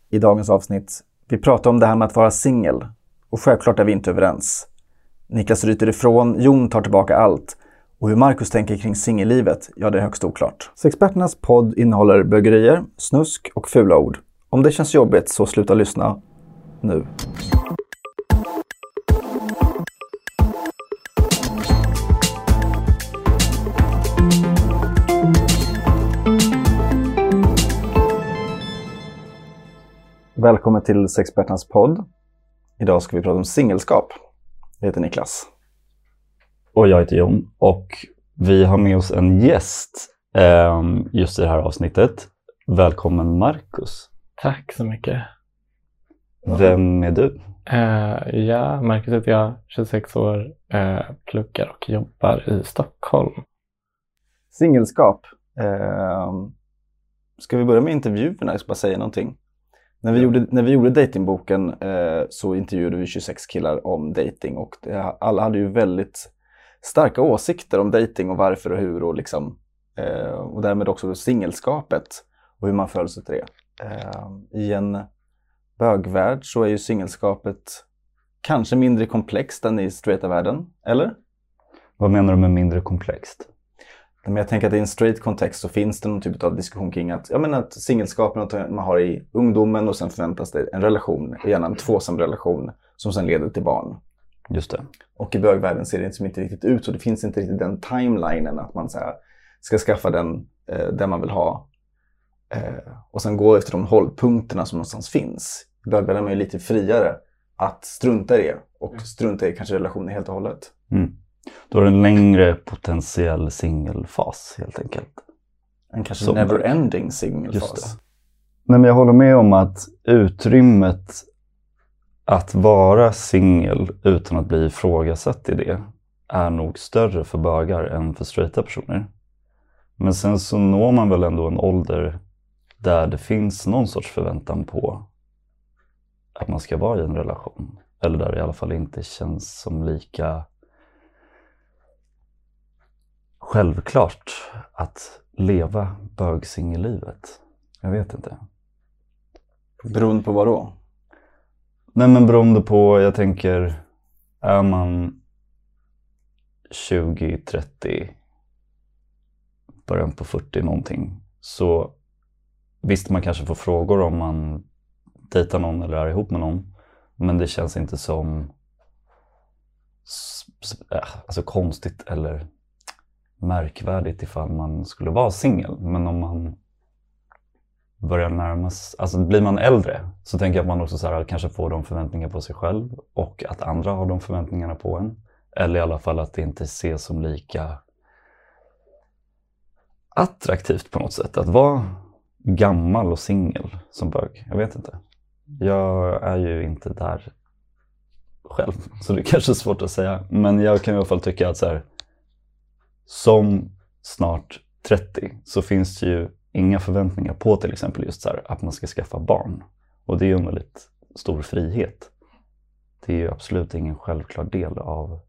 i dagens avsnitt. Vi pratar om det här med att vara singel. Och självklart är vi inte överens. Niklas ryter ifrån, Jon tar tillbaka allt. Och hur Marcus tänker kring singellivet, ja det är högst oklart. Sexperternas podd innehåller bögerier, snusk och fula ord. Om det känns jobbigt så sluta lyssna nu. Välkommen till Sexperternas podd. Idag ska vi prata om singelskap. Jag heter Niklas. Och jag heter Jon. Och vi har med oss en gäst just i det här avsnittet. Välkommen Marcus. Tack så mycket. Vem är du? Marcus heter jag, 26 år, pluggar och jobbar i Stockholm. Singelskap. Ska vi börja med intervjuerna? Jag ska bara säga någonting. När vi gjorde datingboken så intervjuade vi 26 killar om dating och alla hade ju väldigt starka åsikter om dating och varför och hur och liksom och därmed också singelskapet och hur man förhåller sig till det. I en bögvärld så är ju singelskapet kanske mindre komplext än i straighta världen, eller? Vad menar du med mindre komplext? Men jag tänker att i en straight kontext så finns det någon typ av diskussion kring att, jag menar att singelskapen man har i ungdomen och sen förväntas det en relation, gärna en tvåsam relation som sen leder till barn. Just det. Och i bögvärlden ser det inte riktigt ut så det finns inte riktigt den timelinen att man så här, ska skaffa den där man vill ha och sen gå efter de hållpunkterna som någonstans finns. I bögvärlden är man ju lite friare att strunta i det och strunta i kanske relationer helt och hållet. Mm. Då är det en längre potentiell singelfas helt enkelt. En kanske never-ending singelfas. Nej, men jag håller med om att utrymmet att vara singel utan att bli ifrågasatt i det är nog större för bögar än för straighta personer. Men sen så når man väl ändå en ålder där det finns någon sorts förväntan på att man ska vara i en relation. Eller där det i alla fall inte känns som lika självklart att leva bögsingellivet. Jag vet inte. Beroende på vad då? Nej, men beroende på, jag tänker, är man 20, 30, början på 40 någonting, så visst man kanske får frågor om man dejtar någon eller är ihop med någon, men det känns inte som alltså konstigt eller märkvärdigt ifall man skulle vara singel. Men om man börjar närmas, alltså blir man äldre, så tänker jag att man också så här, kanske får de förväntningar på sig själv och att andra har de förväntningarna på en. Eller i alla fall att det inte ses som lika attraktivt på något sätt att vara gammal och singel som bög. Jag vet inte. Jag är ju inte där själv, så det är kanske svårt att säga. Men jag kan i alla fall tycka att så här, som snart 30 så finns det ju inga förväntningar på till exempel just så här, att man ska skaffa barn. Och det är ju en väldigt stor frihet. Det är ju absolut ingen självklar del av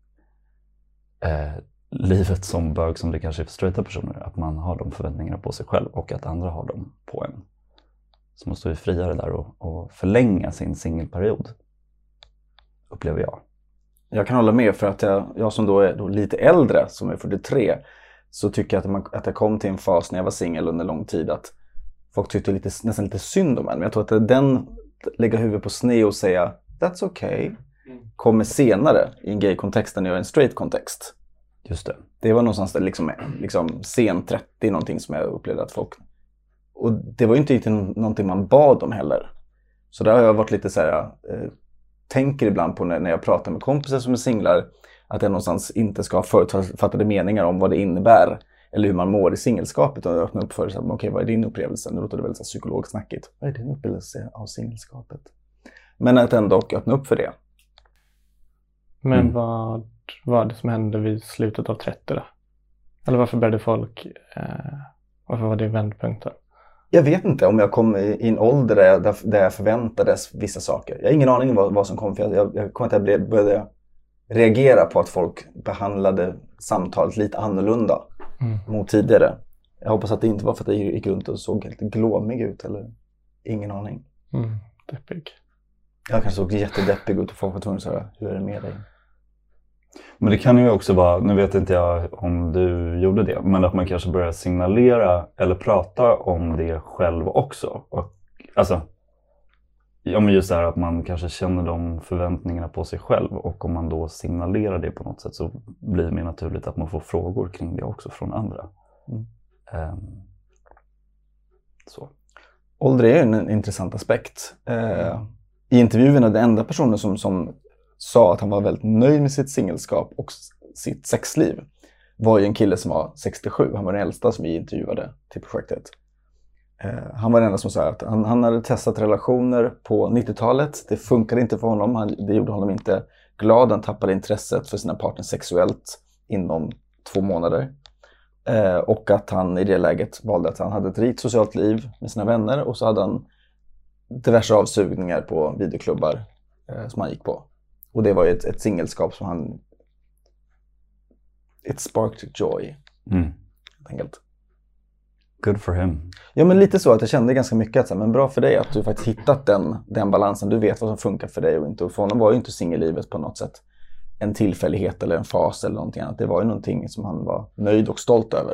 livet som bög som det kanske är för straighta personer. Att man har de förväntningarna på sig själv och att andra har dem på en. Så man står ju friare där och förlänga sin singelperiod, upplever jag. Jag kan hålla med för att jag som då är lite äldre, som är 43, så tycker jag att jag kom till en fas när jag var singel under lång tid att folk tyckte nästan lite synd om en. Men jag tror att den lägga huvudet på sned och säga that's okay kommer senare i en gay-kontext än i en straight-kontext. Just det. Det var någonstans där liksom sen 30 någonting som jag upplevde att folk... Och det var ju inte riktigt någonting man bad om heller. Så där har jag varit lite så här... tänker ibland på när jag pratar med kompisar som är singlar att jag någonstans inte ska ha förutfattade meningar om vad det innebär eller hur man mår i singelskapet och öppna upp för det. Okej, vad är din upplevelse? Nu låter det väldigt så psykologsnackigt. Vad är din upplevelse av singelskapet? Men att ändå öppna upp för det. Men vad var det som hände vid slutet av 30 då? Eller varför började folk, varför var det vändpunkten? Jag vet inte om jag kom i en ålder där jag förväntades vissa saker. Jag har ingen aning om vad som kom. För jag kommer att jag började reagera på att folk behandlade samtalet lite annorlunda mot tidigare. Jag hoppas att det inte var för att jag gick runt och såg lite glåmig ut eller ingen aning. deppig. Jag kanske såg jättedeppig ut och folk var tvungna att säga, hur är det med dig? Men det kan ju också vara, nu vet inte jag om du gjorde det, men att man kanske börjar signalera eller prata om det själv också. Och, alltså, ja, men just det här att man kanske känner de förväntningarna på sig själv, och om man då signalerar det på något sätt så blir det mer naturligt att man får frågor kring det också från andra. Så. Ålder är en intressant aspekt. I intervjuerna, den enda personen som sa att han var väldigt nöjd med sitt singelskap och sitt sexliv var ju en kille som var 67. Han var den äldsta som vi intervjuade till projektet. Han var den enda som sa att han hade testat relationer på 90-talet. Det funkade inte för honom. Det gjorde honom inte glad. Han tappade intresset för sina partner sexuellt inom 2 månader. Och att han i det läget valde att han hade ett rikt socialt liv med sina vänner. Och så hade han diverse avsugningar på videoklubbar som han gick på. Och det var ju ett singelskap som han... It sparked joy. Helt enkelt. Good for him. Ja, men lite så att jag kände ganska mycket att men bra för dig att du faktiskt hittat den balansen. Du vet vad som funkar för dig och inte. Och för honom var ju inte singellivet på något sätt en tillfällighet eller en fas eller någonting annat. Det var ju någonting som han var nöjd och stolt över.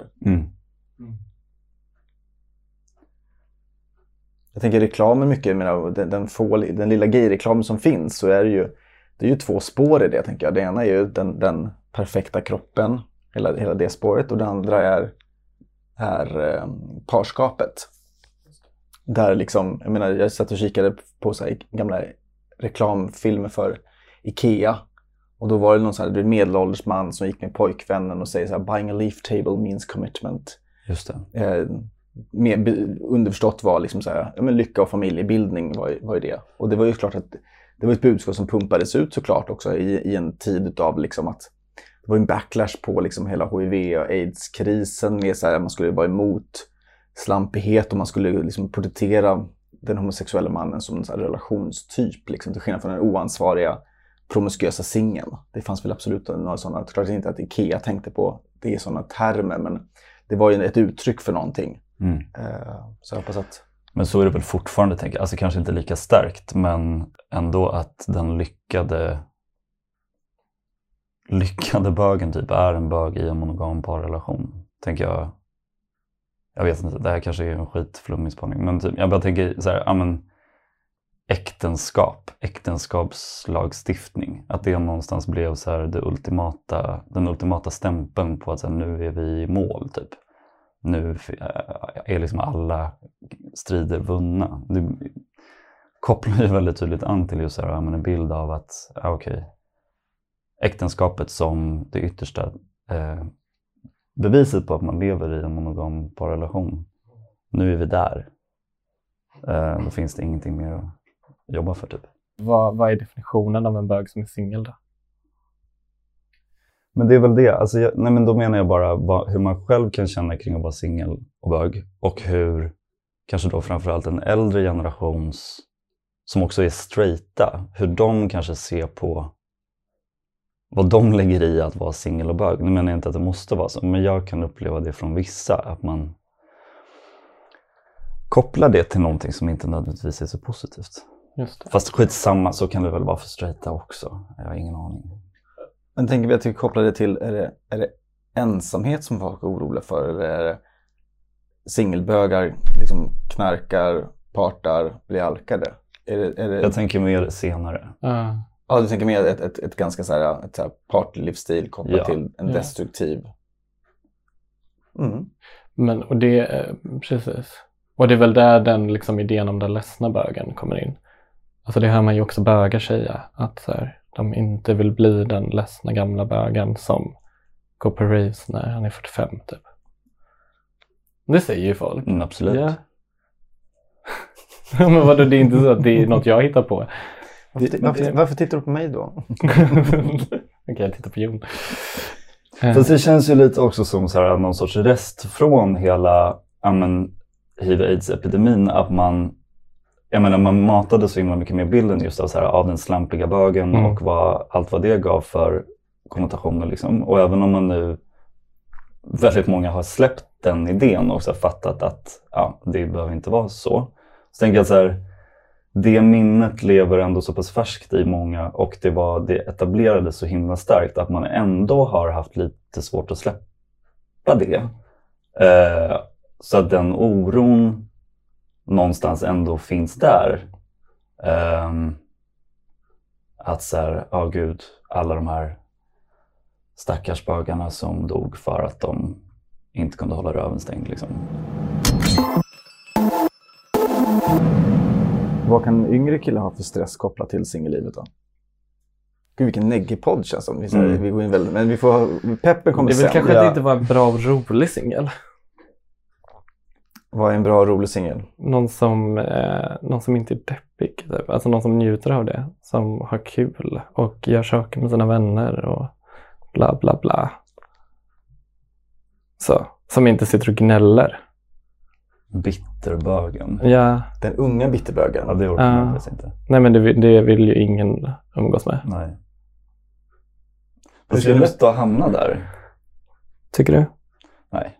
Jag tänker reklamen mycket, jag menar, den lilla gay-reklamen som finns, så är det är ju 2 spår i det, tänker jag. Det ena är ju den perfekta kroppen, hela det spåret, och det andra är parskapet. Där liksom, jag menar, jag satt och kikade på så här gamla reklamfilmer för Ikea. Och då var det någon sån här medelålders man som gick med pojkvännen och säger så här: buying a leaf table means commitment. Just det. Underförstått var liksom så här, lycka och familjebildning var ju det. Och det var ju klart att det var ett budskap som pumpades ut såklart också i en tid av liksom att det var en backlash på liksom hela HIV och AIDS-krisen med så här, man skulle vara emot slampighet och man skulle liksom porträttera den homosexuella mannen som en så här relationstyp liksom, till skillnad från den oansvariga promiskuösa singeln. Det fanns väl absolut några sådana, klart inte att Ikea tänkte på det i sådana termer, men det var ju ett uttryck för någonting. Så jag hoppas att... Men så är det väl fortfarande, tänker jag. Alltså kanske inte lika starkt, men ändå att den lyckade bögen typ är en bög i en monogam parrelation. Tänker jag. Jag vet inte, det här kanske är en skitflummig spaning, men typ, jag bara tänker så här, äktenskapslagstiftning, att det någonstans blev så här den ultimata stämpeln på att så här, nu är vi i mål typ. Nu är liksom alla strider vunna. Det kopplar ju väldigt tydligt an till just så här, en bild av att äktenskapet som det yttersta beviset på att man lever i en monogam parrelation. Nu är vi där. Då finns det ingenting mer att jobba för typ. Vad är definitionen av en bög som är singel då? Men det är väl det. Alltså men då menar jag bara hur man själv kan känna kring att vara singel och bög. Och hur kanske då framförallt en äldre generations som också är straighta. Hur de kanske ser på vad de lägger i att vara singel och bög. Nu menar jag inte att det måste vara så. Men jag kan uppleva det från vissa. Att man kopplar det till någonting som inte nödvändigtvis är så positivt. Just det. Fast skitsamma, så kan det väl vara för straighta också. Jag har ingen aning. Men tänker vi att vi kopplar det till, är det ensamhet som folk är oroliga för? Eller är det singelbögar liksom knarkar, partar, blir alkade? Är det... Jag tänker mer senare. Ja, du tänker mer ett ganska så här, ett så här partylivsstil kopplat till en destruktiv. Men, och det, precis. Och det är väl där den liksom idén om den ledsna bögen kommer in. Alltså det hör man ju också bögar säga. Att så här, de inte vill bli den ledsna gamla bögen som går på race när han är 45 typ. Det säger ju folk. Absolut. Ja. Men vadå, det är inte så att det är något jag hittar på. Varför tittar du på mig då? Okej, jag tittar på Jon. Fast det känns ju lite också som så här, någon sorts rest från hela HIV-AIDS-epidemin. Att man matade så himla mycket med bilden just av, så här, av den slampiga bögen och allt vad det gav för konnotationer. Liksom. Och även om man nu, väldigt många har släppt den idén och också fattat att det behöver inte vara så. Så tänker jag så här, det minnet lever ändå så pass färskt i många och det etablerade så himla starkt att man ändå har haft lite svårt att släppa det. Så att den oron någonstans ändå finns där. Att så här, gud, alla de här stackars bögarna som dog för att de inte kunde hålla röven stängd liksom. Vad kan yngre killar ha för stress kopplat till singellivet då? Gud, vilken neggig podd känns som. Vi går in väldigt, men vi får, peppen kommer sen. Det är väl kanske att inte vara en bra och rolig singel. Vad är en bra och rolig singel? Någon som inte är deppig. Typ. Alltså någon som njuter av det. Som har kul och gör saker med sina vänner och bla bla bla. Så, som inte sitter och gnäller. Bitterbögen. Ja. Den unga bitterbögen. Ja, det orkar man faktiskt inte. Nej, men det vill ju ingen umgås med. Nej. Hur skulle du då hamna där? Tycker du? Nej.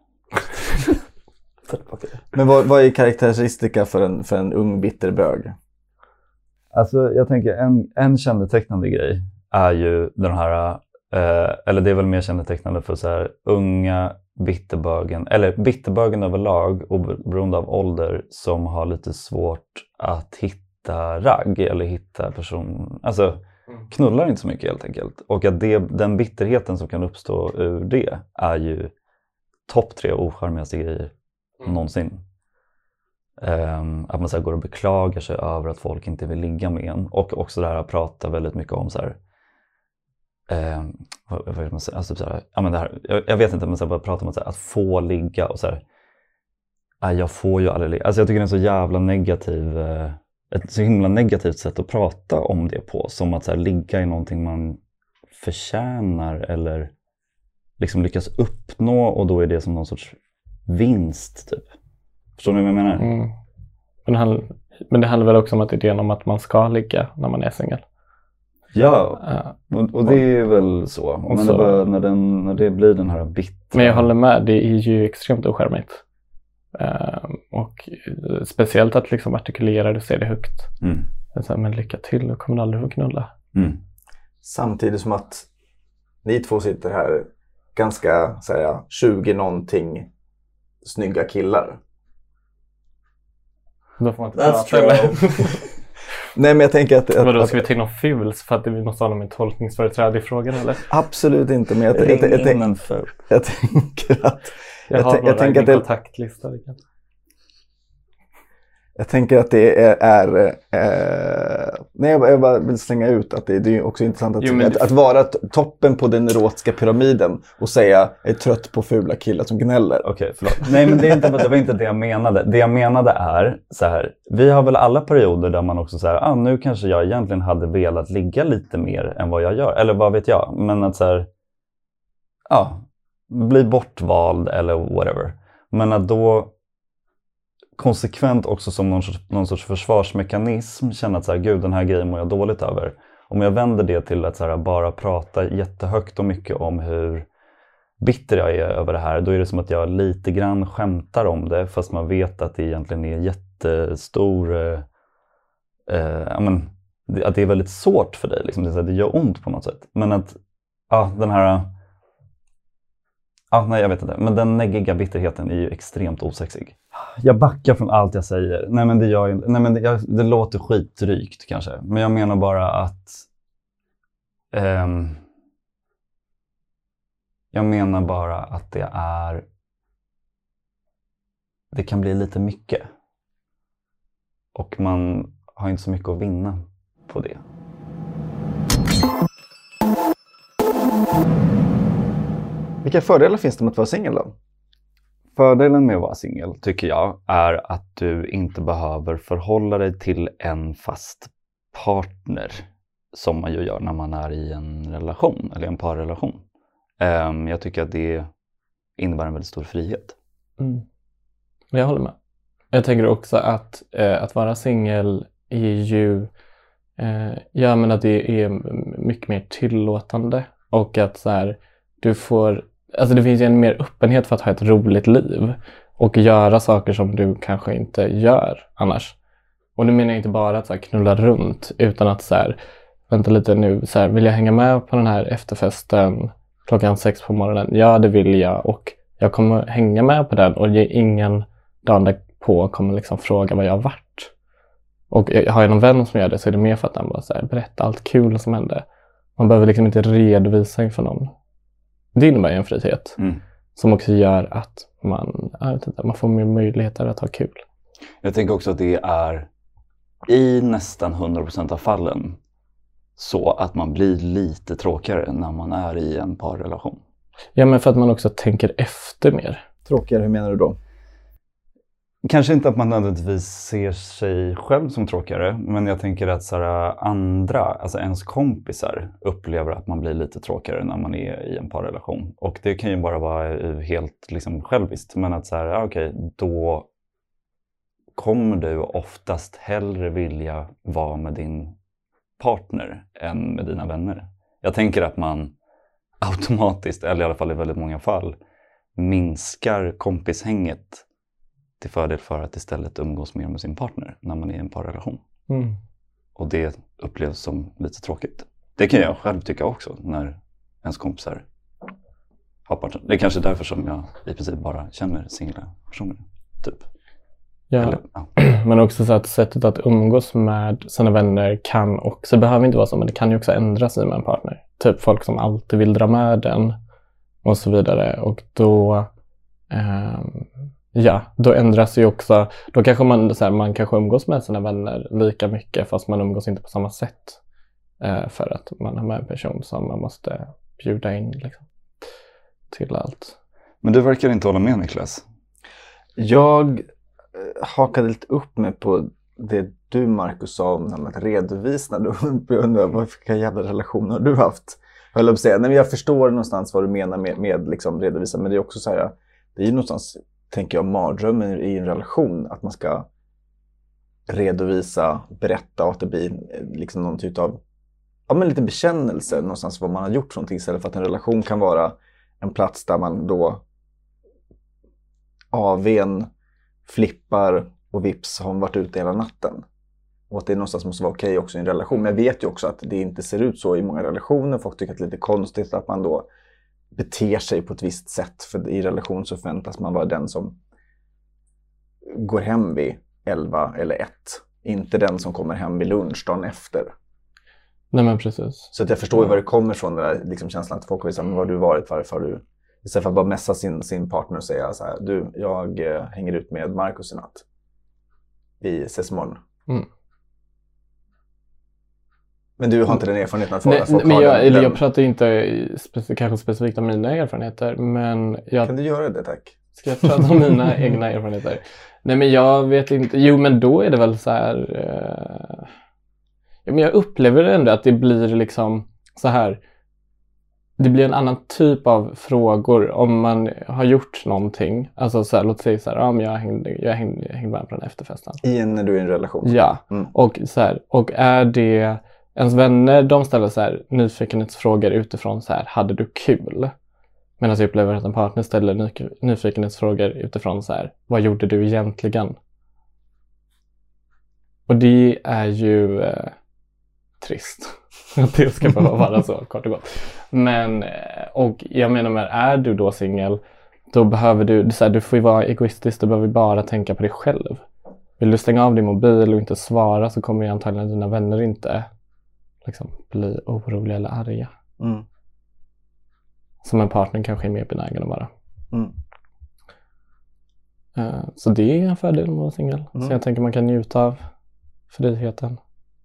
Men vad är karaktäristika för en ung bitterbög? Alltså jag tänker en kännetecknande grej är ju den här, eller det är väl mer kännetecknande för så här unga bitterbögen, eller bitterbögen överlag och beroende av ålder som har lite svårt att hitta ragg eller hitta person, alltså knullar inte så mycket helt enkelt. Och att den bitterheten som kan uppstå ur det är ju topp 3 ocharmigaste grejer någonsin. Att man så här går och beklagar sig över att folk inte vill ligga med en. Och också det här att prata väldigt mycket om så här, vad vill man säga? Alltså, så här, ja, men det här, jag vet inte, men så här, bara prata om att få ligga och så här, jag får ju aldrig ligga. Alltså jag tycker det är en så jävla negativ, ett så himla negativt sätt att prata om det på. Som att så här, ligga i någonting man förtjänar eller liksom lyckas uppnå, och då är det som någon sorts vinst typ. Förstår ni vad jag menar? Mm. Men det handlar väl också om att idén om att man ska ligga när man är singel. Ja, och det är väl så. Men så, när det blir den här bittra... Men jag håller med, det är ju extremt ocharmigt. Och speciellt att liksom artikulera det och se det högt. Så, men lycka till, och kommer aldrig få knulla. Samtidigt som att ni två sitter här ganska, säga, 20-någonting snygga killar. Då får man inte prata eller? Nej, men jag tänker att... Vadå, ska vi till någon fuls för att vi måste ha någon tolkningsföreträde i frågan eller? Absolut inte, men jag tänker att... Jag tänker att kontaktlista. Jag tänker att det är nej, jag bara vill slänga ut att det är också intressant att vara toppen på den erotiska pyramiden och säga jag är trött på fula killar som gnäller. Okej, förlåt. Nej, men det var inte det jag menade. Det jag menade är så här, vi har väl alla perioder där man också så här, nu kanske jag egentligen hade velat ligga lite mer än vad jag gör, eller vad vet jag, men att så här, bli bortvald eller whatever. Men att då konsekvent också som någon sorts försvarsmekanism känna att så här, gud, den här grejen mår jag dåligt över. Om jag vänder det till att så här, bara prata jättehögt och mycket om hur bitter jag är över det här, då är det som att jag lite grann skämtar om det, fast man vet att det egentligen är jättestor att det är väldigt svårt för dig liksom. Det gör ont på något sätt, men att den här nej, jag vet inte. Men den neggiga bitterheten är ju extremt osexig. Jag backar från allt jag säger. Nej, men det gör ju... Nej, men det låter skitdrygt kanske. Men jag menar bara att... jag menar bara att det kan bli lite mycket. Och man har inte så mycket att vinna på det. Vilka fördelar finns det med att vara singel då? Fördelen med att vara singel tycker jag är att du inte behöver förhålla dig till en fast partner som man ju gör när man är i en relation eller en parrelation. Jag tycker att det innebär en väldigt stor frihet. Jag håller med. Jag tänker också att vara singel är ju men att det är mycket mer tillåtande, och att så här, du får, alltså det finns ju en mer öppenhet för att ha ett roligt liv och göra saker som du kanske inte gör annars. Och nu menar jag inte bara att så här, knulla runt, utan att så här, vänta lite nu, så här, vill jag hänga med på den här efterfesten 6:00 på morgonen? Ja, det vill jag, och jag kommer hänga med på den, och ingen dagen därpå kommer liksom fråga vad jag har varit. Och har jag någon vän som gör det, så är det mer för att den bara så här, berätta allt kul som hände. Man behöver liksom inte redovisa inför någon. Det innebär ju en frihet. Som också gör att man får mer möjligheter att ha kul. Jag tänker också att det är i nästan 100% av fallen så att man blir lite tråkigare när man är i en parrelation. Ja, men för att man också tänker efter mer. Tråkigare, hur menar du då? Kanske inte att man nödvändigtvis ser sig själv som tråkigare, men jag tänker att så här, andra, alltså ens kompisar, upplever att man blir lite tråkigare när man är i en parrelation. Och det kan ju bara vara helt liksom själviskt, men att så här, okej, då kommer du oftast hellre vilja vara med din partner än med dina vänner. Jag tänker att man automatiskt, eller i alla fall i väldigt många fall, minskar kompishänget till fördel för att istället umgås mer med sin partner när man är i en parrelation. Och det upplevs som lite tråkigt. Det kan jag själv tycka också när ens kompisar har partner. Det är kanske därför som jag i princip bara känner singla personer, typ. Ja. Eller, ja. Men också så att sättet att umgås med sina vänner kan också, det behöver inte vara så, men det kan ju också ändras i med en partner. Typ folk som alltid vill dra med den och så vidare. Och då då ändras ju också, då kanske man kanske umgås med sina vänner lika mycket, fast man umgås inte på samma sätt, för att man har med en person som man måste bjuda in liksom, till allt. Men du verkar inte hålla med, Niklas. Jag hakade lite upp mig på det du, Marcus, sa om att redovisa. Du undrar vilka jävla relationer har du haft? Jag förstår någonstans vad du menar med liksom redovisa, men det är också så här, det är ju någonstans, tänker jag, mardrömmen i en relation, att man ska redovisa, berätta, och att det blir liksom någon typ av lite bekännelse någonstans vad man har gjort för någonting, istället för att en relation kan vara en plats där man då AW:n flippar och vips har varit ute hela natten. Och att det någonstans måste vara okej också i en relation. Men jag vet ju också att det inte ser ut så i många relationer. Folk tycker att det är lite konstigt att man då beter sig på ett visst sätt. För i relation så förväntas man vara den som går hem vid 11 eller 1. Inte den som kommer hem vid lunch dagen efter. Nej, men precis. Så att jag förstår ju var det kommer från, den där liksom känslan att folk har sagt, men var har du varit, varför har du... Istället för att bara mässa sin partner och säga så här, du, jag hänger ut med Marcus i natt. Vi ses imorgon. Men du har inte den erfarenheten att folk men har jag pratar inte kanske specifikt om mina erfarenheter, men Kan du göra det, tack? Ska jag prata om mina egna erfarenheter? Nej, men jag vet inte. Jo, men då är det väl så här... men jag upplever ändå att det blir liksom så här... Det blir en annan typ av frågor om man har gjort någonting. Alltså så här, låt säga så här, jag hängde med på den efterfesten. När du är i en relation? Ja, och så här, och är det ens vänner, de ställer så här nyfikenhetsfrågor utifrån så här, hade du kul? Medan jag upplever att en partner ställer nyfikenhetsfrågor utifrån så här, vad gjorde du egentligen? Och det är ju trist att det ska behöva vara så, kort och gott. Men, och jag menar, är du då singel, då behöver du, så här, du får ju vara egoistisk, du behöver bara tänka på dig själv. Vill du stänga av din mobil och inte svara, så kommer ju antagligen dina vänner inte liksom bli oroliga eller arga. Som en partner kanske är mer benägen att vara. Så det är en fördel med att vara singel. Så jag tänker man kan njuta av friheten.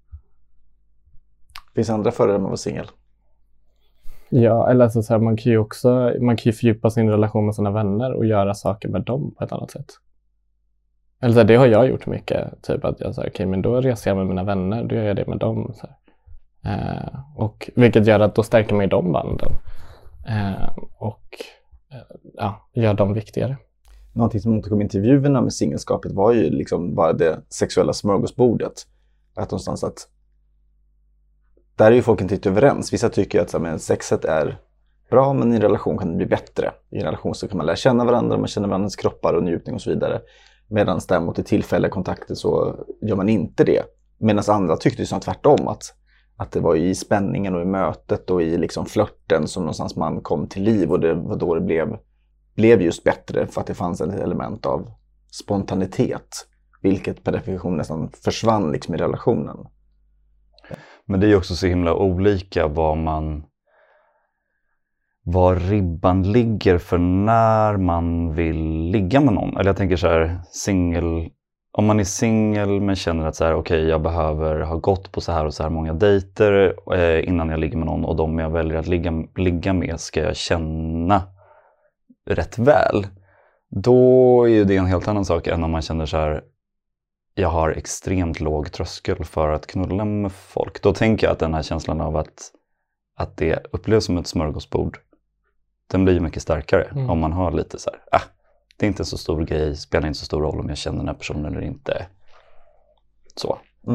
Finns andra fördelar med att vara singel? Ja, eller alltså så här, man kan ju fördjupa sin relation med sina vänner och göra saker med dem på ett annat sätt. Eller så här, det har jag gjort mycket. Typ att jag säger, okej, men då reser jag med mina vänner, då gör jag det med dem. Så här. Och vilket gör att då stärker man ju de banden. Gör dem viktigare. Någonting som återkom i intervjuerna med singelskapet var ju liksom bara det sexuella smörgåsbordet. Att någonstans att där är ju folk inte överens. Vissa tycker att så här, sexet är bra, men i en relation kan det bli bättre. I en relation så kan man lära känna varandra, man känner varandras kroppar och njutning och så vidare. Medan däremot i tillfälliga kontakter så gör man inte det. Medan andra tyckte som tvärtom att det var i spänningen och i mötet och i liksom flörten som någonstans man kom till liv. Och det var då det blev just bättre för att det fanns ett element av spontanitet. Vilket per definition nästan försvann liksom i relationen. Men det är ju också så himla olika var ribban ligger för när man vill ligga med någon. Eller jag tänker så här, om man är singel men känner att så här, okej, jag behöver ha gått på så här och så här många dejter innan jag ligger med någon, och de jag väljer att ligga med ska jag känna rätt väl. Då är ju det en helt annan sak än om man känner så här, jag har extremt låg tröskel för att knulla med folk. Då tänker jag att den här känslan av att det upplevs som ett smörgåsbord, den blir ju mycket starkare om man har lite så här, det är inte så stor grej, spelar inte så stor roll om jag känner den här personen eller inte. Så.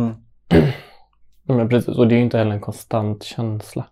Men precis, och det är ju inte heller en konstant känsla.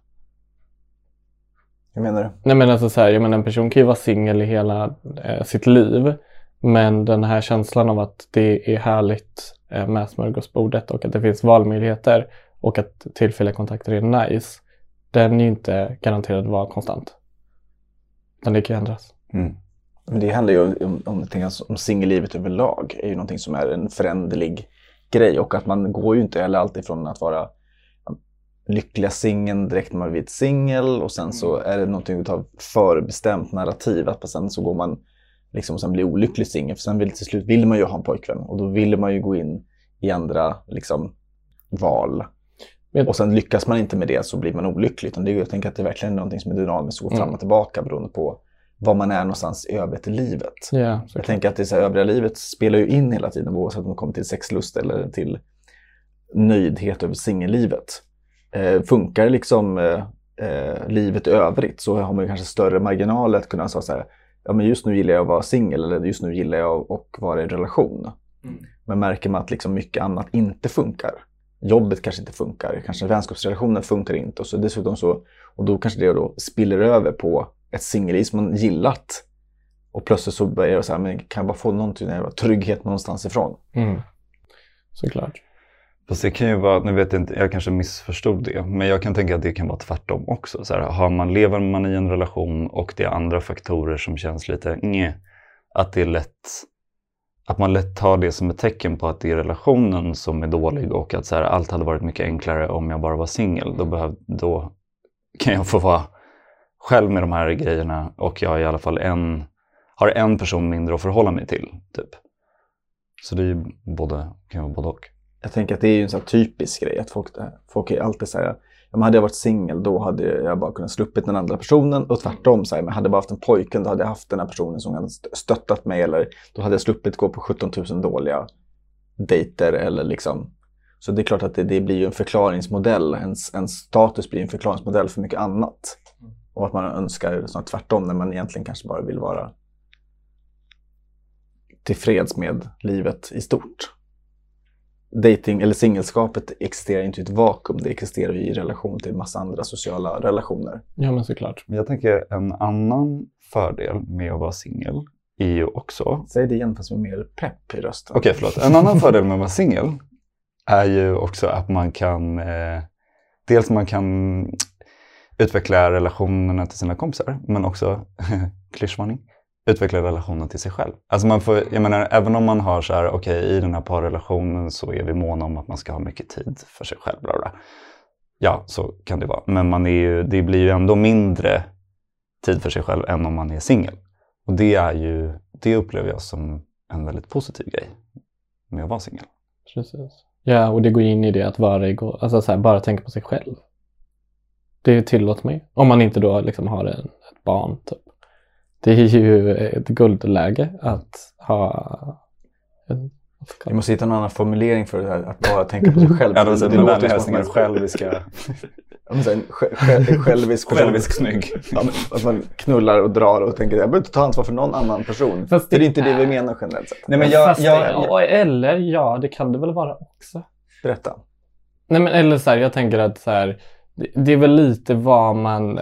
Hur menar du? Nej, men alltså så här, jag menar, en person kan ju vara singel i hela sitt liv, men den här känslan av att det är härligt med smörgåsbordet och att det finns valmöjligheter och att tillfälliga kontakter är nice, den är ju inte garanterad att vara konstant. Utan det kan ändras. Men det handlar ju om singellivet överlag. Är ju någonting som är en föränderlig grej. Och att man går ju inte heller alltid från att vara lyckliga singeln direkt när man blivit singel. Och sen så är det någonting av förbestämt narrativ. Att sen så går man liksom sen blir olycklig singel. För sen till slut vill man ju ha en pojkvän. Och då vill man ju gå in i andra liksom val. Och sen lyckas man inte med det så blir man olycklig. Jag tänker att det är verkligen någonting som är dynamiskt och går fram och tillbaka beroende på var man är någonstans i övrigt i livet. Jag tänker att det så här, övriga livet spelar ju in hela tiden, oavsett om man kommer till sexlust eller till nöjdhet över singellivet. Funkar liksom livet i övrigt så har man ju kanske större marginaler att kunna säga så här, ja men just nu gillar jag att vara singel eller just nu gillar jag att vara i en relation. Men märker man att liksom mycket annat inte funkar. Jobbet kanske inte funkar, kanske vänskapsrelationen funkar inte och så dessutom så, och då kanske det då spiller över på ett singelliv som man gillat och plötsligt så börjar det så här, men kan jag bara få någonting trygghet någonstans ifrån. Såklart. Fast det kan ju vara, nu vet jag inte, jag kanske missförstod det, men jag kan tänka att det kan vara tvärtom också. Så här, lever man i en relation och det är andra faktorer som känns lite att det är lätt, att man lätt tar det som ett tecken på att det är relationen som är dålig och att så här, allt hade varit mycket enklare om jag bara var singel. Då kan jag få vara själv med de här grejerna och jag i alla fall har en person mindre att förhålla mig till. Typ. Så det är ju kan vara både och. Jag tänker att det är ju en sån här typisk grej att folk är alltid så här, ja, hade jag varit singel då hade jag bara kunnat sluppit den andra personen och tvärtom så här, men hade jag bara haft en pojken då hade jag haft den här personen som hade stöttat mig eller då hade jag sluppit gå på 17 000 dåliga dejter eller liksom. Så det är klart att det blir ju en förklaringsmodell, en status blir en förklaringsmodell för mycket annat. Och att man önskar sånt tvärtom när man egentligen kanske bara vill vara tillfreds med livet i stort. Dating eller singelskapet existerar inte i ett vakuum. Det existerar ju i relation till en massa andra sociala relationer. Ja, men såklart. Men jag tänker en annan fördel med att vara singel är ju också... Säg det igen fast med mer pepp i rösten. Okej, förlåt. En annan fördel med att vara singel är ju också att man kan... dels man kan utveckla relationerna till sina kompisar, men också, klyschvarning, utveckla relationen till sig själv. Alltså man får, jag menar, även om man har så här, okej, i den här parrelationen så är vi måna om att man ska ha mycket tid för sig själv. Bla bla. Ja, så kan det vara. Men det blir ju ändå mindre tid för sig själv än om man är singel. Och det upplever jag som en väldigt positiv grej med att vara singel. Precis. Ja, och det går in i det att alltså så här, bara tänka på sig själv. Det tillåts mig. Om man inte då liksom har ett barn typ. Det är ju ett guldläge att ha Vi måste hitta en annan formulering för det här, att bara tänka på sig själv. Ja, det låter som en själviska... Självisk snygg. Ja, att man knullar och drar och tänker jag behöver inte ta ansvar för någon annan person. Fast det är inte det vi menar generellt sett. Nej, men det kan det väl vara också. Berätta. Nej, men eller så här, jag tänker att så här, det är väl lite vad man...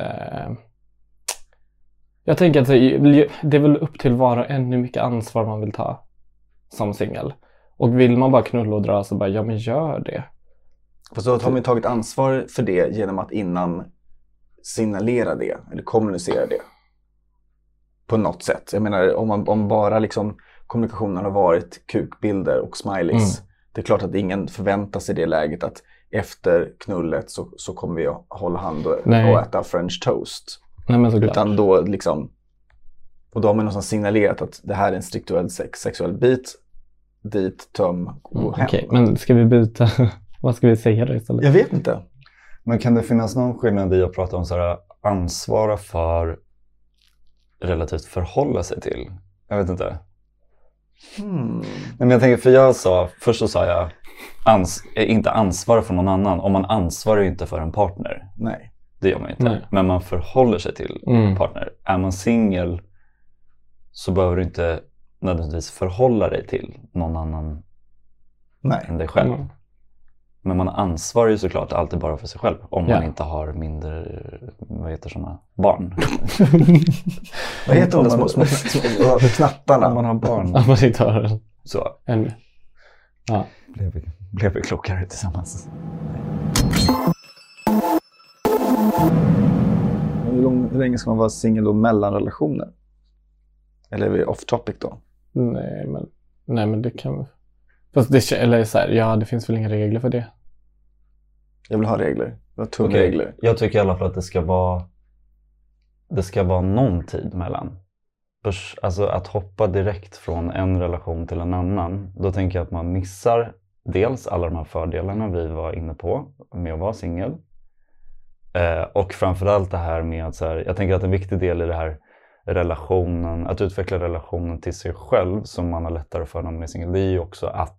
Jag tänker att det är väl upp till var och en hur mycket ansvar man vill ta. som singel. Och vill man bara knulla och dra så bara, ja men gör det. Fast då har man ju tagit ansvar för det genom att innan signalera det eller kommunicera det på något sätt. Jag menar om bara liksom kommunikationen har varit kukbilder och smileys. Det är klart att ingen förväntar sig det läget att efter knullet så kommer vi att hålla hand och äta French toast. Nej, men såklart. Utan då liksom, och då har man någonstans signalerat att det här är en strukturell sexuell bit, dit, töm och hem. Okej, men ska vi byta? Vad ska vi säga då istället? Jag vet inte. Men kan det finnas någon skillnad i att prata om så här, ansvara för relativt förhålla sig till? Jag vet inte. Nej, men jag tänker, för först så sa jag inte ansvara för någon annan. Om man ansvarar ju inte för en partner. Nej. Det gör man inte. Nej. Men man förhåller sig till en partner. Är man singel så behöver du inte nödvändigtvis förhålla dig till någon annan än dig själv. Men man ansvarar ju såklart alltid bara för sig själv. Om man inte har mindre, vad heter sådana, barn. Vad heter de små knattarna? Om man har barn. Om man inte har så. Ja. Blev vi klokare tillsammans. Hur länge ska man vara singel och mellan relationer? Eller är vi off topic då? Nej men det kan... Fast det, eller så här, det finns väl inga regler för det. Jag vill ha regler. Jag vill ha regler. Jag tycker i alla fall att det ska vara någon tid mellan. Alltså att hoppa direkt från en relation till en annan. Då tänker jag att man missar dels alla de här fördelarna vi var inne på med att vara singel. Och framförallt det här med att så här, jag tänker att en viktig del i det här relationen, att utveckla relationen till sig själv som man har lättare för när man är singel, det är ju också att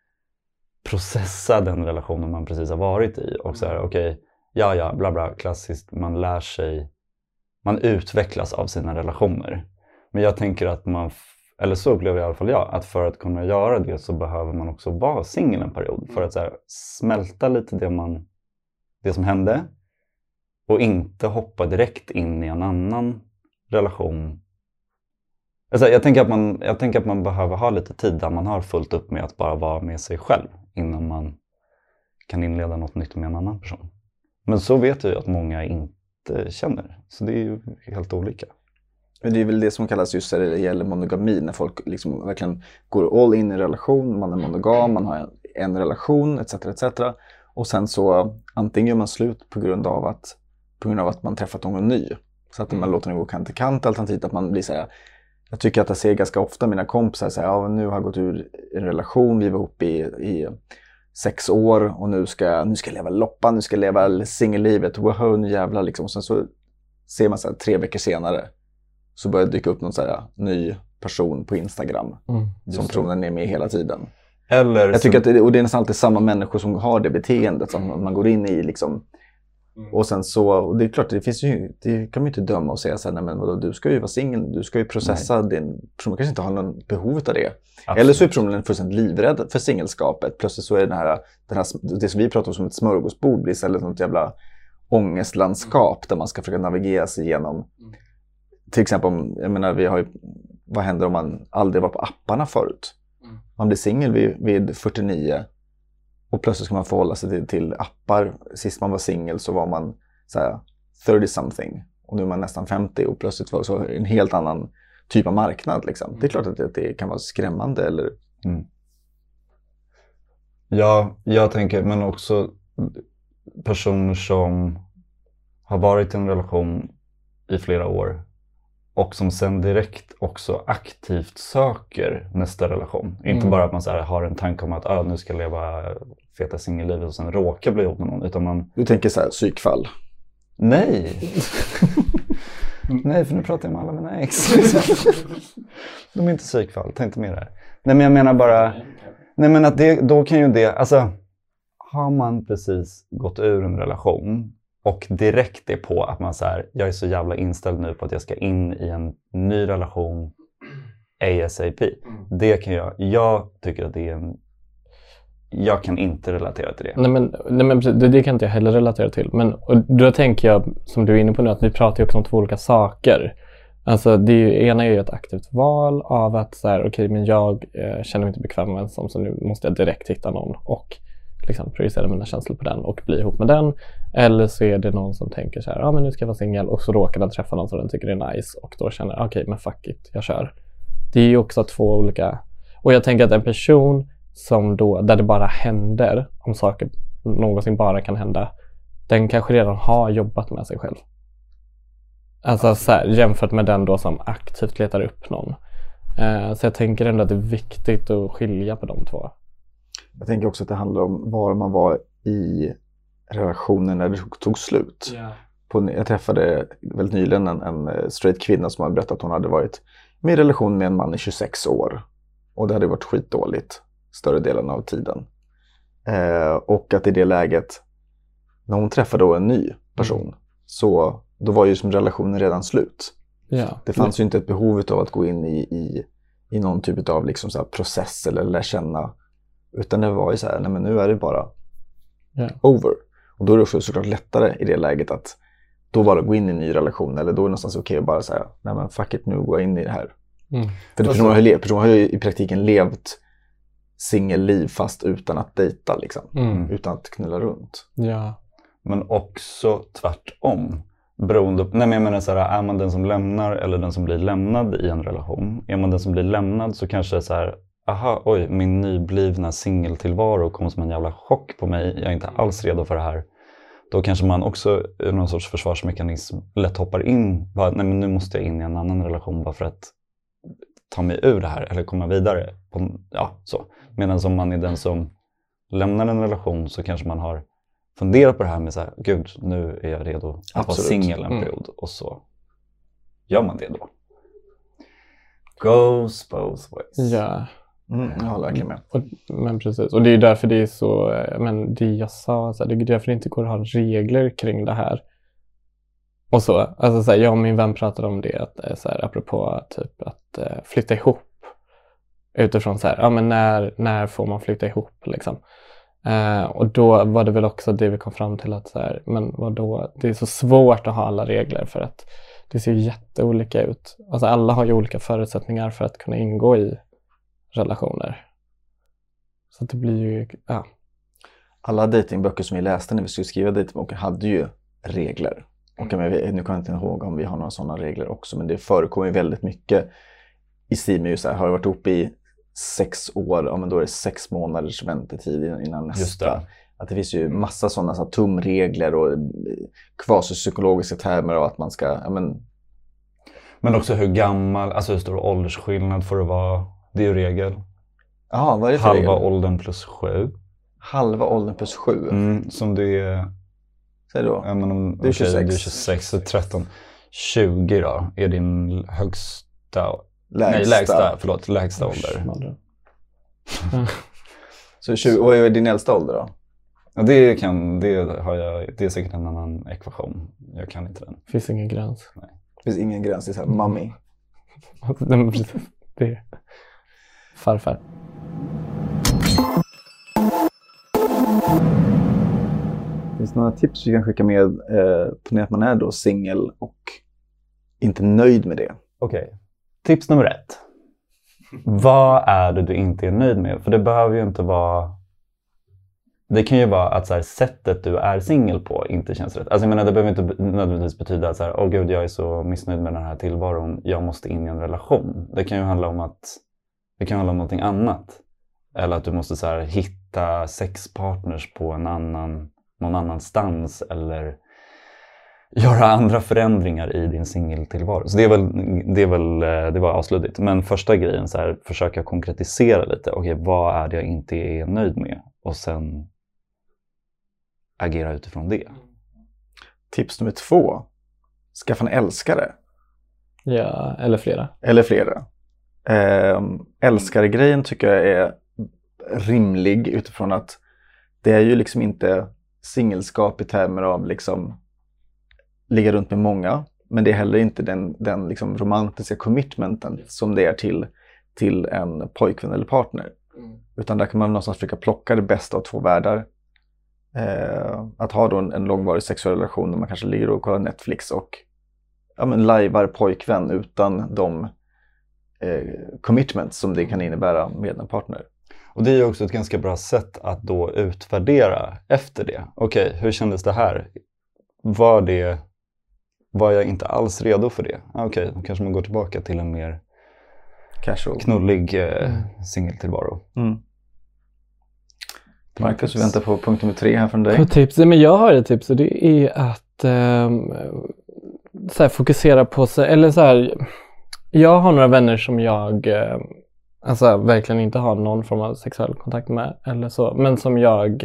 processa den relationen man precis har varit i och så här, okej, bla bla, klassiskt, man lär sig, man utvecklas av sina relationer. Men jag tänker att eller så upplever i alla fall jag, att för att kunna göra det så behöver man också vara singel en period för att så här, smälta lite det som hände och inte hoppa direkt in i en annan relation. Alltså, jag tänker att man behöver ha lite tid där man har fullt upp med att bara vara med sig själv innan man kan inleda något nytt med en annan person. Men så vet jag ju att många inte känner. Så det är ju helt olika. Men det är väl det som kallas just när det gäller monogami. När folk liksom verkligen går all in i en relation. Man är monogam, man har en relation etc. Och sen så antingen gör man slut på grund av att man träffat någon ny. Så att man låter den gå kant till kant, alternativt att man blir så här. Jag tycker att jag ser ganska ofta mina kompisar säga, nu har jag gått ur en relation, vi var ihop i 6 år och nu ska jag leva loppan, nu ska jag leva singellivet, wow, nu jävlar liksom. Och sen så ser man så här 3 veckor senare så börjar det dyka upp någon så här ny person på Instagram som tror den är med hela tiden. Eller jag tycker att och det är nästan alltid samma människor som har det beteendet som man går in i liksom. Och sen så, och det är klart, det kan man ju inte döma och säga så här, nej men vadå, du ska ju vara singel, du ska ju processa din, personen kanske inte har någon behov av det. Absolut. Eller så är personen fullständigt livrädd för singelskapet. Plötsligt så är det som vi pratar om som ett smörgåsbord blir istället något jävla ångestlandskap där man ska försöka navigera sig igenom. Till exempel, jag menar, vad händer om man aldrig var på apparna förut? Man blir singel vid 49. Och plötsligt ska man förhålla sig till appar. Sist man var singel så var man så här 30-something. Och nu är man nästan 50 och plötsligt var det så en helt annan typ av marknad. Liksom. Det är klart att det kan vara skrämmande. Eller... Ja, jag tänker, men också personer som har varit i en relation i flera år. Och som sen direkt också aktivt söker nästa relation. Inte bara att man så här har en tanke om att nu ska jag leva feta singellivet och sen råka bli ihop med någon. Utan man... Du tänker så här, psykfall? Nej! Nej, för nu pratar jag med alla mina ex. De är inte psykfall, tänk inte mer där. Nej, men jag menar bara... Nej, men att då kan ju det... Alltså, har man precis gått ur en relation... Och direkt är på att man så här, jag är så jävla inställd nu på att jag ska in i en ny relation ASAP. Det kan jag tycker att det är jag kan inte relatera till det. Nej men det kan inte jag heller relatera till. Men och då tänker jag, som du är inne på nu, att vi pratar ju också om 2 olika saker. Alltså det ena är ju ett aktivt val av att så här, okej, men jag känner mig inte bekväm med ensam, så nu måste jag direkt hitta någon och liksom projicera mina känslor på den och bli ihop med den. Eller så är det någon som tänker så här, men nu ska jag vara singel, och så råkar den träffa någon som den tycker är nice och då känner okej, men fuck it, jag kör. Det är ju också två olika, och jag tänker att en person som då, där det bara händer, om saker någonsin bara kan hända, den kanske redan har jobbat med sig själv. Alltså så här, jämfört med den då som aktivt letar upp någon. Så jag tänker ändå att det är viktigt att skilja på de två. Jag tänker också att det handlar om var man var i relationen när det tog slut. Yeah. Jag träffade väldigt nyligen en straight kvinna som hade berättat att hon hade varit med i relation med en man i 26 år. Och det hade varit skitdåligt större delen av tiden. Och att i det läget, när hon träffade då en ny person, så då var ju som relationen redan slut. Yeah. Det fanns ju inte ett behov av att gå in i någon typ av liksom så här process eller lära känna. Utan det var ju så här, nej men nu är det bara over. Och då är det också såklart lättare i det läget att då bara gå in i en ny relation. Eller då är det någonstans okej att bara säga, nej men fuck it, nu går jag in i det här. För personen har ju i praktiken levt singelliv fast utan att dejta liksom. Utan att knulla runt. Ja. Men också tvärtom. Beroende på, nej men jag menar så här, är man den som lämnar eller den som blir lämnad i en relation? Är man den som blir lämnad så kanske det är så här, aha, oj, min nyblivna singeltillvaro kom som en jävla chock på mig. Jag är inte alls redo för det här. Då kanske man också i någon sorts försvarsmekanism lätt hoppar in. Bara, nej men nu måste jag in i en annan relation bara för att ta mig ur det här eller komma vidare. Ja, så. Medan om man är den som lämnar en relation så kanske man har funderat på det här med så här, gud, nu är jag redo att vara singel en period. Och så gör man det då. Goes both ways. Ja. Jag håller verkligen med. Men precis, och det är därför det är så, men det jag sa, så här, det är därför det inte går att ha regler kring det här. Och så, alltså så här, jag och min vän pratade om det, att, så här, apropå typ att flytta ihop. Utifrån så här, ja men när får man flytta ihop liksom. Och då var det väl också det vi kom fram till att så här, men vadå, det är så svårt att ha alla regler för att det ser jätteolika ut. Alltså alla har ju olika förutsättningar för att kunna ingå i relationer. Så att det blir ju, ja. Alla datingböcker som vi läste när vi skulle skriva datingboken hade ju regler. Och nu kan jag inte ihåg om vi har några sådana regler också, men det förekommer väldigt mycket i stil med så här, har jag varit uppe i 6 år, ja men då är det 6 månaders väntetid innan nästa. Just det. Att det finns ju massa sådana så här, tumregler och kvasipsykologiska termer av att man ska, ja men också hur gammal, alltså hur stor åldersskillnad får det vara. Det är ju regel. Jaha, vad är det för halva regel? Åldern plus 7. Halva åldern plus 7? Som det är... Säg då? Ja, men om det är 26. Det är 26 och 13. 20 då är din högsta... Lägsta ålder. Så 20, och vad är din äldsta ålder då? Ja, det är säkert en annan ekvation. Jag kan inte den. Finns ingen gräns. Nej. Det finns ingen gräns, det är så här, mommy. Det är farfar. Finns det några tips vi kan skicka med på att man är då singel och inte nöjd med det? Okej. Tips nummer 1. Vad är det du inte är nöjd med? För det behöver ju inte vara... Det kan ju vara att så här, sättet du är singel på inte känns rätt. Alltså jag menar, det behöver inte nödvändigtvis betyda att så här, åh gud, jag är så missnöjd med den här tillvaron. Jag måste in i en relation. Det kan ju handla om någonting annat. Eller att du måste så här, hitta sexpartners på någon annanstans. Eller göra andra förändringar i din singeltillvaro. Så det var avslutat. Men första grejen, så här, försöka konkretisera lite. Okej, vad är det jag inte är nöjd med? Och sen agera utifrån det. Tips nummer 2. Skaffa en älskare. Ja, eller flera. Eller flera. Älskare-grejen tycker jag är rimlig utifrån att det är ju liksom inte singelskap i termer av liksom ligga runt med många. Men det är heller inte den liksom romantiska commitmenten som det är till en pojkvän eller partner. Utan där kan man någonstans försöka plocka det bästa av 2 världar. Att ha då en långvarig sexuell relation där man kanske ligger och kollar Netflix och lajvar pojkvän utan de commitments som det kan innebära med en partner. Och det är ju också ett ganska bra sätt att då utvärdera efter det. Okej, hur kändes det här? Var jag inte alls redo för det? Okej, då kanske man går tillbaka till en mer Casual. knullig singeltillvaro. Marcus, vi väntar på punkt nummer 3 här från dig. På tips? Men jag har ett tips och det är att så här, fokusera på sig. Eller så här, jag har några vänner som jag alltså verkligen inte har någon form av sexuell kontakt med eller så, men som jag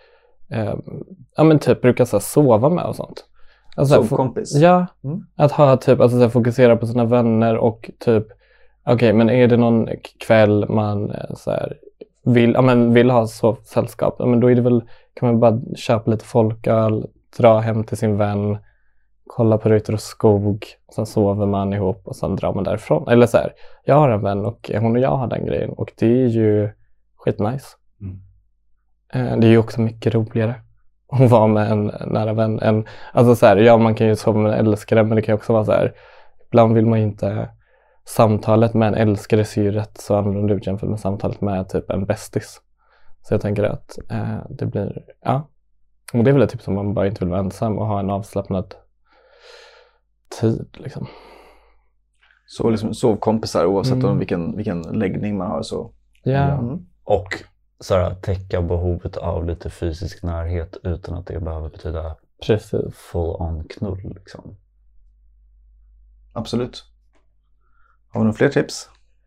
typ brukar så här, sova med och sånt. Alltså, som kompis? Ja, att ha typ, alltså så här, fokusera på sina vänner och typ, okej, men är det någon kväll man så här, vill ha så sällskap, men då är det väl, kan man bara köpa lite folköl, dra hem till sin vän, kolla på Ruter och skog, och sen sover man ihop och sen drar man därifrån. Eller så här, jag har en vän och hon och jag har den grejen och det är ju skitnice. Det är ju också mycket roligare att vara med en nära vän än, alltså så här, ja, man kan ju sova med en älskare, men det kan ju också vara så här, ibland vill man ju inte, samtalet med en älskare ser ju rätt så annorlunda ut jämfört med samtalet med typ en bästis. Så jag tänker att det blir, ja, och det är väl ett typ som man bara inte vill vara ensam och ha en avslappnad tid liksom. Så liksom sovkompisar oavsett om vilken läggning man har så. Ja. Och så här, täcka behovet av lite fysisk närhet utan att det behöver betyda Precis. full on knull liksom. Absolut. Har vi några fler tips?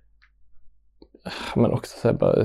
Men också så här bara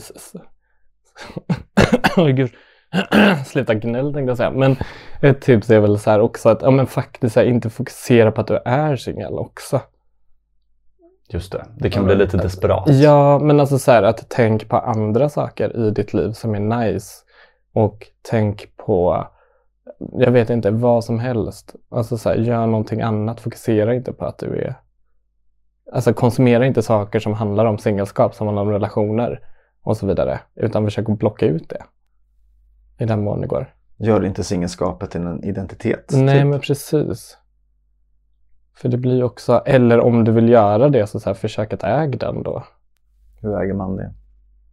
gud. Sluta gnäll tänkte jag säga. Men ett tips är väl så här också att faktiskt här, inte fokusera på att du är singel också. Just det. Det kan bli lite desperat. Ja, men alltså så här, att tänk på andra saker i ditt liv som är nice. Och tänk på, jag vet inte, vad som helst. Alltså så här, gör någonting annat. Fokusera inte på att du är, alltså konsumera inte saker som handlar om singelskap, som handlar om relationer och så vidare. Utan försök att blocka ut det. I den mån det går. Gör inte singelskapet till en identitet. Nej, typ. men precis. För det blir också, eller om du vill göra det så här, försök att äga den då. Hur äger man det?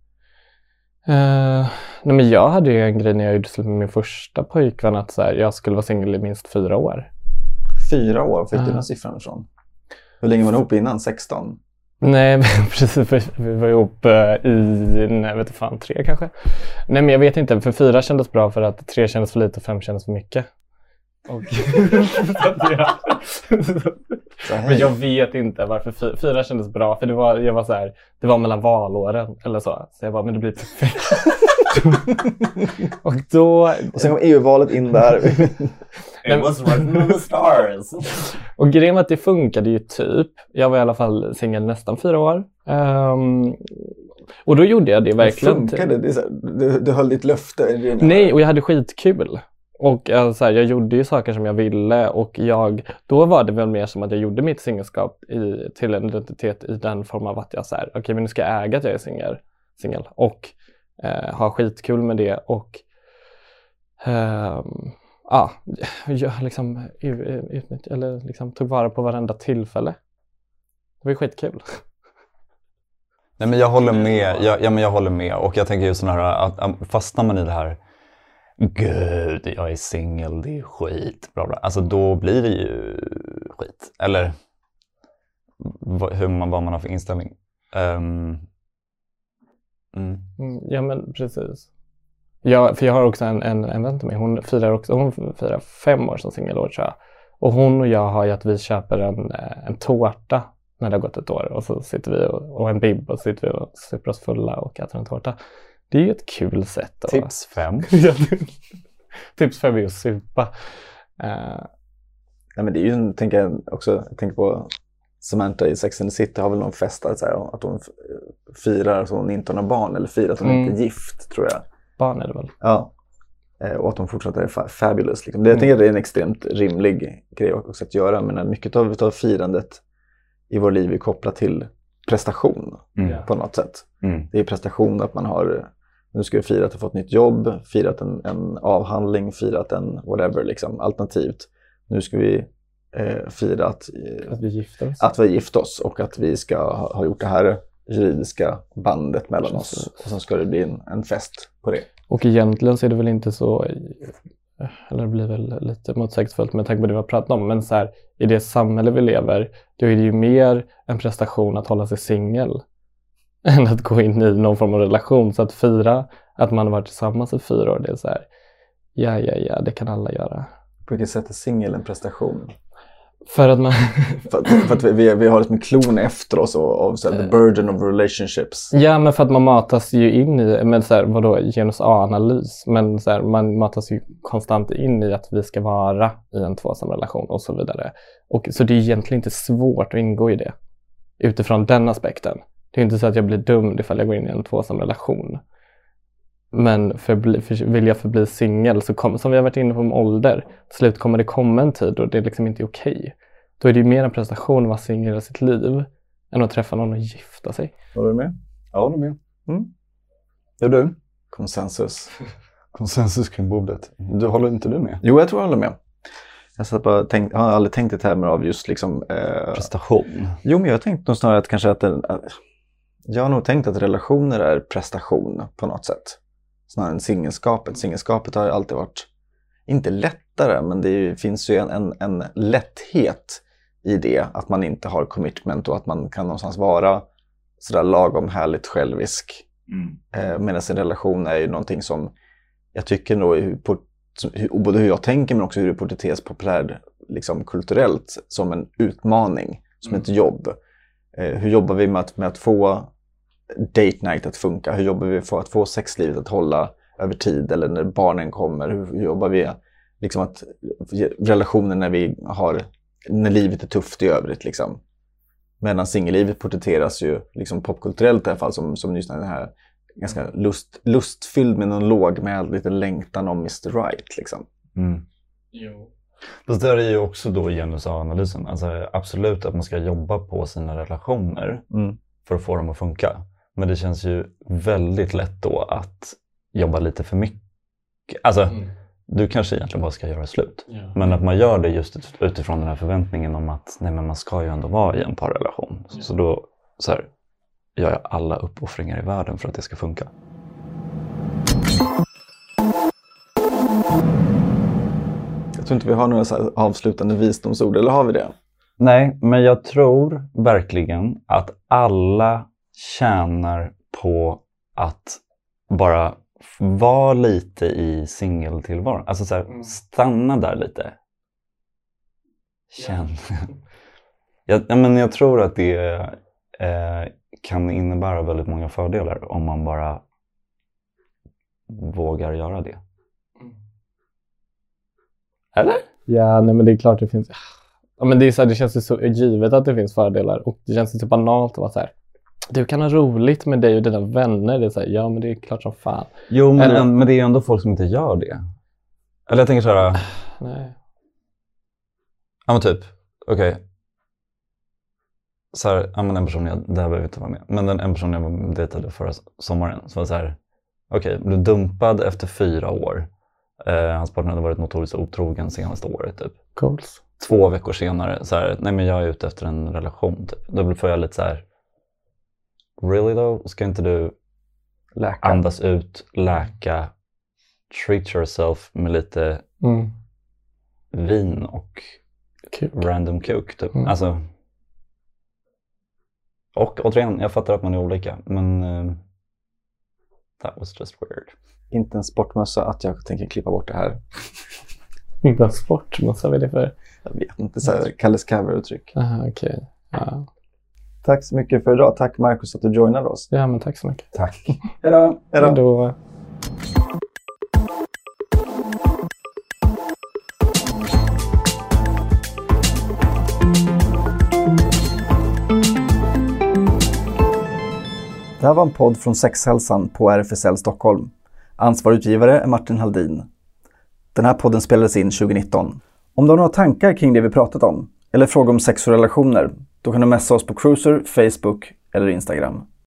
Nej, men jag hade ju en grej när jag gjorde slut med min första pojkvän att så här, jag skulle vara singel i minst 4 år. 4 år? Fick du den siffran ifrån? Hur länge var du ihop innan? 16? Nej, precis. Vi var ihop i 3 kanske. Nej, men jag vet inte. För 4 kändes bra för att 3 kändes för lite och 5 kändes för mycket. Och men jag vet inte varför 4 kändes bra. För jag var så här, det var mellan valåren eller så. Så jag bara, men det blir perfekt. Och sen kom EU-valet in där. It was written on the stars. Och grejen var att det funkade ju typ. Jag var i alla fall singel nästan 4 år. Och då gjorde jag det verkligen. Det funkade? Det är så här, du höll ditt löfte? Nej, och jag hade skitkul. Och så här, jag gjorde ju saker som jag ville. Och då var det väl mer som att jag gjorde mitt singelskap till en identitet i den form av att jag så här, okej, men nu ska jag äga att jag är singel. Och ha skitkul med det. Och jag liksom utnyttjade, eller liksom tog vara på varenda tillfälle. Det var skitkul. Nej, men jag håller med. Jag håller med. Och jag tänker just sån här, att fastnar man i det här, gud, jag är singel, det är skit, bla bla. Alltså då blir det ju skit. Eller vad man har för inställning. Ja, men precis. Ja, för jag har också en vän till mig. Hon firar 5 år som singelår, tror jag. Och hon och jag har ju att vi köper en tårta när det har gått 1 år. Och så sitter vi och en bibb och så sitter vi och super oss fulla och äter en tårta. Det är ju ett kul sätt. Tips 5. Tips 5 är att supa. Nej, men det är ju, jag tänker på Samantha i Sex and the City har väl någon fest att hon firar att hon inte har några barn, eller firar att hon inte är gift, tror jag. Barn är det väl? Ja. Och att hon fortsätter är fabulous. Liksom. Jag tänker att det är en extremt rimlig grej också att göra. Men mycket av firandet i vår liv är kopplat till prestation på något sätt. Det är prestation att man har, nu ska vi fira att du fått nytt jobb, firat en avhandling, firat en whatever, liksom, alternativt. Nu ska vi fira Att vi gifter oss. att vi gift oss och att vi ska ha gjort det här juridiska bandet mellan oss. Och sen ska det bli en fest på det. Och egentligen så är det väl inte så, eller det blir väl lite motsägelsefullt med tanke på det vi har pratat om, men så här, i det samhälle vi lever, då är det ju mer en prestation att hålla sig singel än att gå in i någon form av relation. Så att fira att man har varit tillsammans i 4 år, det är så här, ja, det kan alla göra. På vilket sätt är singel en prestation? För att man... för att vi har liksom en klon efter oss av så här, the burden of relationships. Ja, men för att man matas ju in i, men så här, vadå, genus A-analys, men så här, man matas ju konstant in i att vi ska vara i en tvåsam relation och så vidare. Och så det är egentligen inte svårt att ingå i det utifrån den aspekten. Det är inte så att jag blir dum ifall jag går in i en tvåsam relation. Men vill jag förbli singel så kommer, som vi har varit inne på om ålder, till slut kommer det komma en tid och det är liksom inte okej. Då är det ju mer en prestation att vara singel i sitt liv än att träffa någon och gifta sig. Håller du med? Ja, håller med. Är du? Konsensus. Konsensus kring bordet. Håller inte du med? Jo, jag tror jag håller med. Jag har aldrig tänkt i termer av just liksom... prestation. Jo, men jag tänkte nog snarare att kanske jag har nog tänkt att relationer är prestation på något sätt. Snarare än singelskapet. Singelskapet har alltid varit, inte lättare, men det finns ju en lätthet i det. Att man inte har commitment och att man kan någonstans vara sådär lagom härligt självisk. Medan en relation är ju någonting som jag tycker nog, både hur jag tänker men också hur det porträtteras populärt liksom kulturellt, som en utmaning, som ett jobb. Hur jobbar vi med att få date night att funka? Hur jobbar vi för att få sexlivet att hålla över tid eller när barnen kommer? Hur jobbar vi liksom att relationer när livet är tufft i övrigt liksom? Medan singellivet porträtteras ju liksom popkulturellt i alla fall som just den här ganska lustfylld med någon lågmäld liten längtan om Mr. Right liksom. Jo. Fast det är ju också då genusanalysen. Alltså absolut att man ska jobba på sina relationer för att få dem att funka. Men det känns ju väldigt lätt då att jobba lite för mycket. Alltså du kanske egentligen bara ska göra slut. Yeah. Men att man gör det just utifrån den här förväntningen om att nej, men man ska ju ändå vara i en parrelation. Yeah. Så då så här, gör jag alla uppoffringar i världen för att det ska funka. Jag tror inte vi har några så här avslutande visdomsord, eller har vi det? Nej, men jag tror verkligen att alla tjänar på att bara vara lite i singeltillvaron. Alltså så här, stanna där lite. Känn. Men jag tror att det kan innebära väldigt många fördelar om man bara vågar göra det. Eller? Ja, nej men det är klart det finns. Ja, men det är så här, det känns ju så givet att det finns fördelar och det känns ju så banalt att vara så här. Du kan ha roligt med dig och dina vänner. Det är så här, ja men det är klart som fan. Jo, men det är ju ändå folk som inte gör det. Eller jag tänker så här. Nej. Ja men typ, okej. Så här, ja men en person, det här behöver inte vara med. Men en person jag dejtade förra sommaren så var så här. Okej, blev dumpad efter 4 år. Hans partner hade varit notoriskt otrogen senaste året typ. Goals. 2 veckor senare så här, nej men jag är ute efter en relation typ. Då får jag lite så här. Really though? Ska inte du andas ut, läka, treat yourself med lite vin och random kuk typ. Alltså, och återigen, jag fattar att man är olika, men that was just weird. Inte en sportmössa att jag tänker klippa bort det här. Inte en sportmössa, vad är det för? Jag vet inte, så här Kalles cover-uttryck. Aha, okej. Ja. Tack så mycket för idag. Tack Marcus att du joinade oss. Ja, men tack så mycket. Tack. Hejdå. Hejdå. Det här var en podd från Sexhälsan på RFSL Stockholm. Ansvarig utgivare är Martin Haldin. Den här podden spelades in 2019. Om du har några tankar kring det vi pratat om eller frågor om sex och relationer, då kan du messa oss på Cruiser, Facebook eller Instagram.